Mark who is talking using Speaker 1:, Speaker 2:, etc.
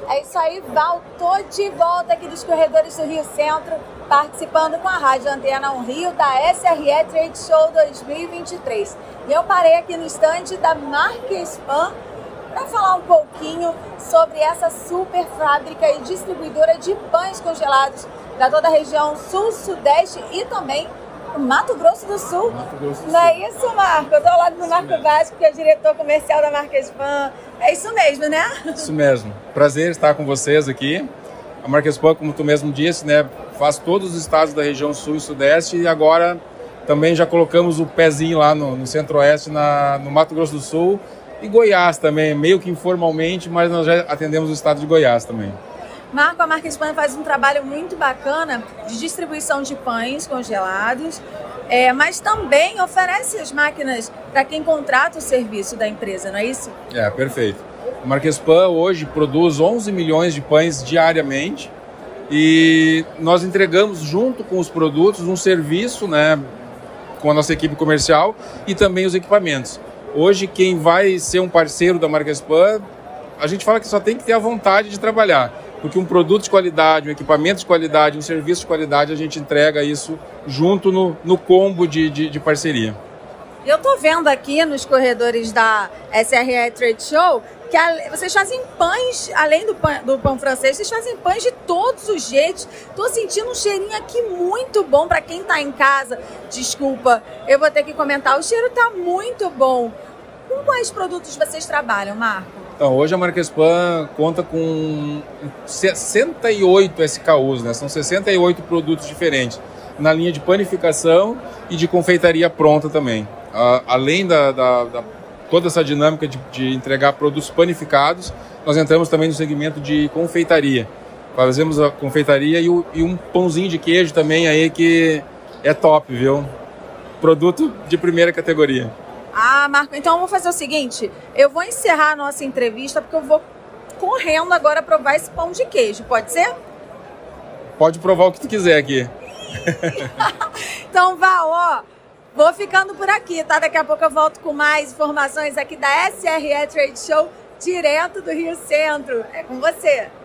Speaker 1: É isso aí, Val, tô de volta aqui dos corredores do Rio Centro, participando com a Rádio Antena 1 Rio da SRE Trade Show 2023. E eu parei aqui no estande da Marquespan para falar um pouquinho sobre essa super fábrica e distribuidora de pães congelados da toda a região sul, sudeste e também o Mato Grosso do Sul. Não é isso, Marco? Eu estou ao lado do Marco Vasco, que é o diretor comercial da Marquespan. É isso mesmo, né?
Speaker 2: Isso mesmo. Prazer estar com vocês aqui. A Marquespan, como tu mesmo disse, né, faz todos os estados da região sul e sudeste e agora também já colocamos o pezinho lá no centro-oeste, no Mato Grosso do Sul e Goiás também, meio que informalmente, mas nós já atendemos o estado de Goiás também.
Speaker 1: Marco, a Marquespan faz um trabalho muito bacana de distribuição de pães congelados, mas também oferece as máquinas para quem contrata o serviço da empresa, não é isso?
Speaker 2: Perfeito. A Marquespan hoje produz 11 milhões de pães diariamente e nós entregamos junto com os produtos um serviço, né, com a nossa equipe comercial e também os equipamentos. Hoje quem vai ser um parceiro da Marquespan, a gente fala que só tem que ter a vontade de trabalhar. Porque um produto de qualidade, um equipamento de qualidade, um serviço de qualidade, a gente entrega isso junto no combo de parceria.
Speaker 1: Eu estou vendo aqui nos corredores da SRE Trade Show que vocês fazem pães, além do pão francês, vocês fazem pães de todos os jeitos. Estou sentindo um cheirinho aqui muito bom para quem está em casa. Desculpa, eu vou ter que comentar, o cheiro está muito bom. Com quais produtos vocês trabalham, Marco?
Speaker 2: Então, hoje a Marquespan conta com 68 SKUs, né? São 68 produtos diferentes, na linha de panificação e de confeitaria pronta também. Além da toda essa dinâmica de entregar produtos panificados, nós entramos também no segmento de confeitaria. Fazemos a confeitaria e um pãozinho de queijo também aí que é top, viu? Produto de primeira categoria.
Speaker 1: Marco, então eu vou fazer o seguinte, eu vou encerrar a nossa entrevista porque eu vou correndo agora provar esse pão de queijo, pode ser?
Speaker 2: Pode provar o que tu quiser aqui.
Speaker 1: Então, Val, vou ficando por aqui, tá? Daqui a pouco eu volto com mais informações aqui da SRE Trade Show, direto do Rio Centro. É com você.